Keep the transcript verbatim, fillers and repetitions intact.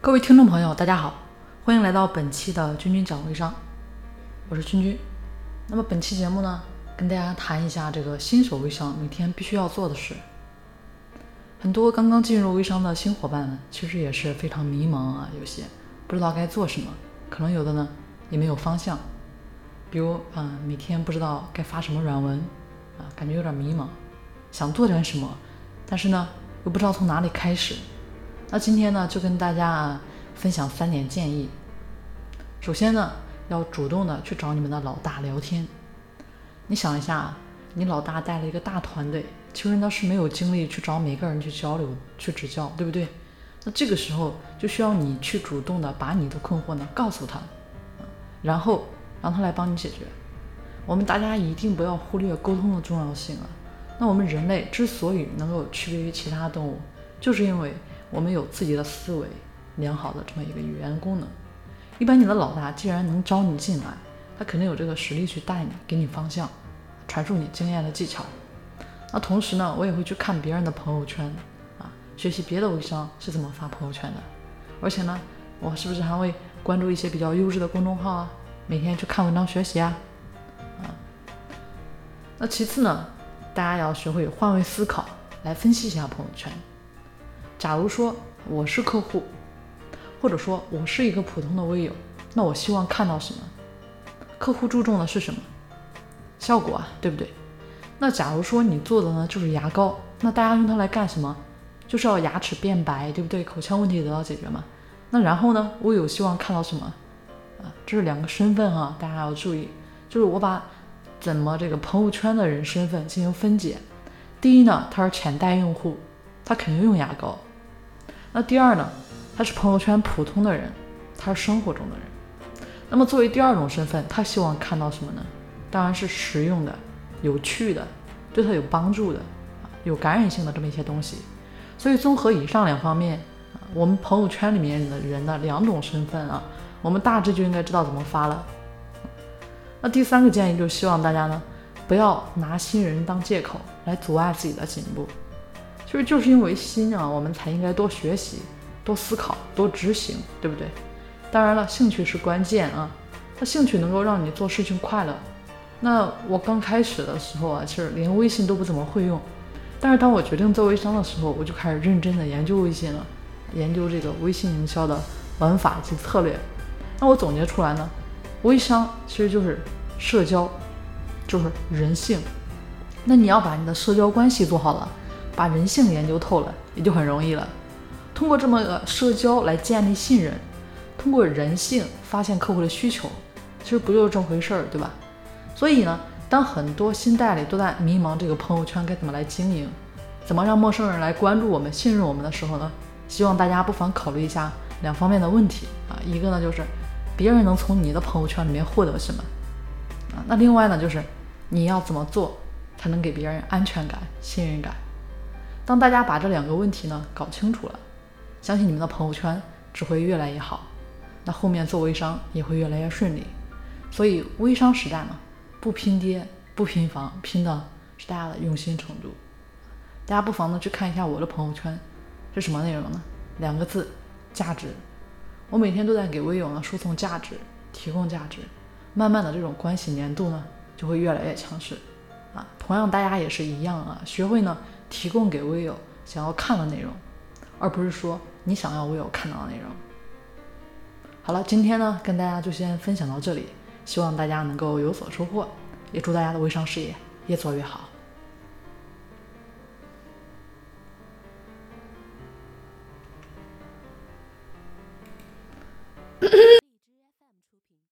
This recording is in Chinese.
各位听众朋友，大家好，欢迎来到本期的君君讲微商，我是君君。那么本期节目呢，跟大家谈一下这个新手微商每天必须要做的事。很多刚刚进入微商的新伙伴们，其实也是非常迷茫啊，有些不知道该做什么，可能有的呢也没有方向。比如啊、呃，每天不知道该发什么软文啊，感觉有点迷茫，想做点什么，但是呢又不知道从哪里开始。那今天呢，就跟大家啊分享三点建议。首先呢，要主动的去找你们的老大聊天。你想一下，你老大带了一个大团队，其实呢是没有精力去找每个人去交流、去指教，对不对？那这个时候就需要你去主动的把你的困惑呢告诉他，然后让他来帮你解决。我们大家一定不要忽略沟通的重要性啊。那我们人类之所以能够区别于其他动物，就是因为我们有自己的思维，良好的这么一个语言功能。一般你的老大既然能招你进来，他肯定有这个实力去带你，给你方向，传授你经验的技巧。那同时呢，我也会去看别人的朋友圈啊，学习别的微商是怎么发朋友圈的。而且呢，我是不是还会关注一些比较优质的公众号啊，每天去看文章学习啊啊。那其次呢，大家要学会换位思考，来分析一下朋友圈。假如说我是客户，或者说我是一个普通的微友，那我希望看到什么？客户注重的是什么？效果啊，对不对？那假如说你做的呢就是牙膏，那大家用它来干什么？就是要牙齿变白，对不对？口腔问题得到解决嘛。那然后呢，微友希望看到什么啊？这是两个身份啊，大家要注意，就是我把怎么这个朋友圈的人身份进行分解。第一呢，他是潜在用户，他肯定用牙膏。那第二呢，他是朋友圈普通的人，他是生活中的人。那么作为第二种身份，他希望看到什么呢？当然是实用的、有趣的、对他有帮助的、有感染性的这么一些东西。所以综合以上两方面，我们朋友圈里面的人的两种身份啊，我们大致就应该知道怎么发了。那第三个建议就是希望大家呢，不要拿新人当借口来阻碍自己的进步。其实就是因为新啊，我们才应该多学习、多思考、多执行，对不对？当然了，兴趣是关键啊，那兴趣能够让你做事情快乐。那我刚开始的时候啊，其实连微信都不怎么会用，但是当我决定做微商的时候，我就开始认真的研究微信了，研究这个微信营销的玩法及策略。那我总结出来呢，微商其实就是社交，就是人性。那你要把你的社交关系做好了，把人性研究透了，也就很容易了。通过这么个社交来建立信任，通过人性发现客户的需求，其实不就是这么回事儿，对吧？所以呢，当很多新代理都在迷茫这个朋友圈该怎么来经营，怎么让陌生人来关注我们、信任我们的时候呢，希望大家不妨考虑一下两方面的问题啊。一个呢就是别人能从你的朋友圈里面获得什么啊？那另外呢就是你要怎么做才能给别人安全感、信任感？当大家把这两个问题呢搞清楚了，相信你们的朋友圈只会越来越好，那后面做微商也会越来越顺利。所以微商时代嘛，不拼爹不拼房，拼的是大家的用心程度。大家不妨呢去看一下我的朋友圈是什么内容呢？两个字：价值。我每天都在给微友呢输送价值，提供价值，慢慢的这种关系粘度呢就会越来越强势啊。同样大家也是一样啊，学会呢提供给微友想要看的内容，而不是说你想要微友看到的内容。好了，今天呢跟大家就先分享到这里，希望大家能够有所收获，也祝大家的微商事业越做越好。